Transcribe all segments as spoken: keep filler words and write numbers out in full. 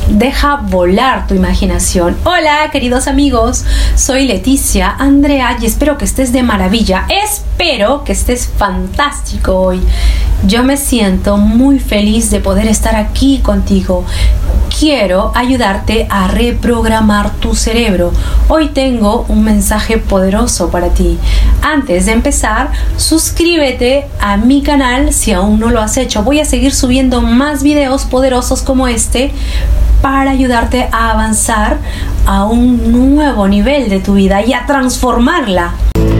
Deja volar tu imaginación. Hola, queridos amigos, soy Leticia Andrea y espero que estés de maravilla. Espero que estés fantástico hoy. Yo me siento muy feliz de poder estar aquí contigo. Quiero ayudarte a reprogramar tu cerebro. Hoy tengo un mensaje poderoso para ti. Antes de empezar, suscríbete a mi canal si aún no lo has hecho. Voy a seguir subiendo más videos poderosos como este para ayudarte a avanzar a un nuevo nivel de tu vida y a transformarla.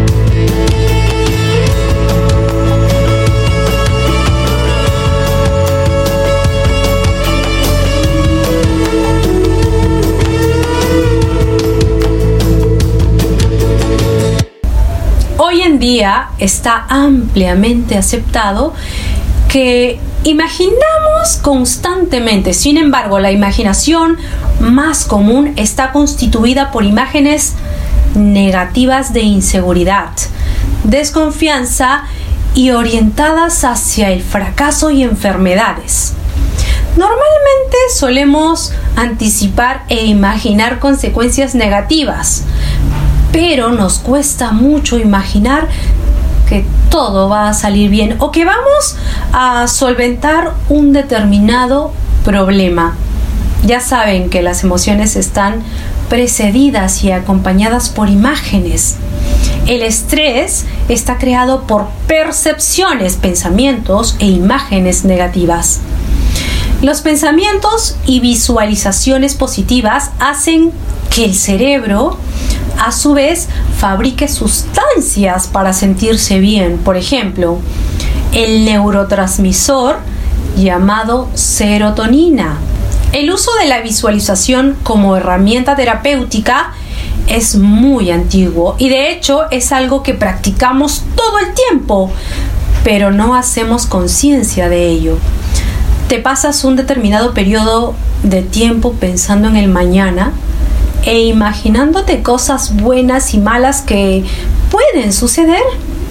Hoy en día está ampliamente aceptado que imaginamos constantemente. Sin embargo, la imaginación más común está constituida por imágenes negativas de inseguridad, desconfianza y orientadas hacia el fracaso y enfermedades. Normalmente solemos anticipar e imaginar consecuencias negativas, pero nos cuesta mucho imaginar que todo va a salir bien o que vamos a solventar un determinado problema. Ya saben que las emociones están precedidas y acompañadas por imágenes. El estrés está creado por percepciones, pensamientos e imágenes negativas. Los pensamientos y visualizaciones positivas hacen que el cerebro a su vez fabrique sustancias para sentirse bien. Por ejemplo, el neurotransmisor llamado serotonina. El uso de la visualización como herramienta terapéutica es muy antiguo y de hecho es algo que practicamos todo el tiempo, pero no hacemos conciencia de ello. Te pasas un determinado periodo de tiempo pensando en el mañana e imaginándote cosas buenas y malas que pueden suceder.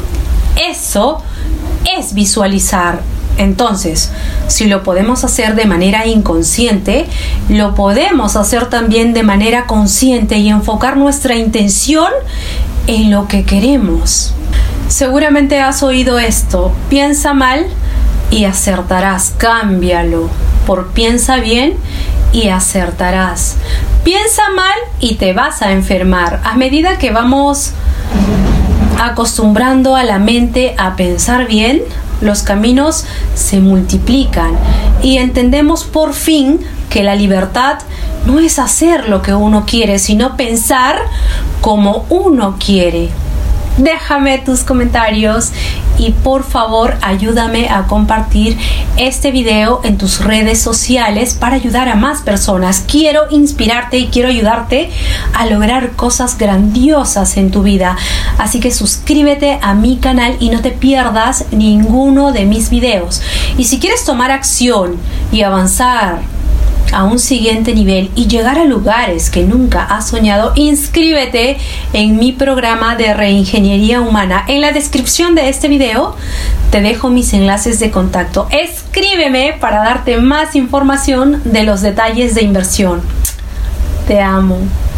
Eso es visualizar. Entonces, si lo podemos hacer de manera inconsciente, lo podemos hacer también de manera consciente y enfocar nuestra intención en lo que queremos. Seguramente has oído esto: piensa mal y acertarás. Cámbialo por piensa bien y acertarás. Piensa mal y te vas a enfermar. A medida que vamos acostumbrando a la mente a pensar bien, los caminos se multiplican y entendemos por fin que la libertad no es hacer lo que uno quiere, sino pensar como uno quiere. Déjame tus comentarios y por favor ayúdame a compartir este video en tus redes sociales para ayudar a más personas. Quiero inspirarte y quiero ayudarte a lograr cosas grandiosas en tu vida. Así que suscríbete a mi canal y no te pierdas ninguno de mis videos. Y si quieres tomar acción y avanzar a un siguiente nivel y llegar a lugares que nunca has soñado, inscríbete en mi programa de reingeniería humana. En la descripción de este video te dejo mis enlaces de contacto. Escríbeme para darte más información de los detalles de inversión. Te amo.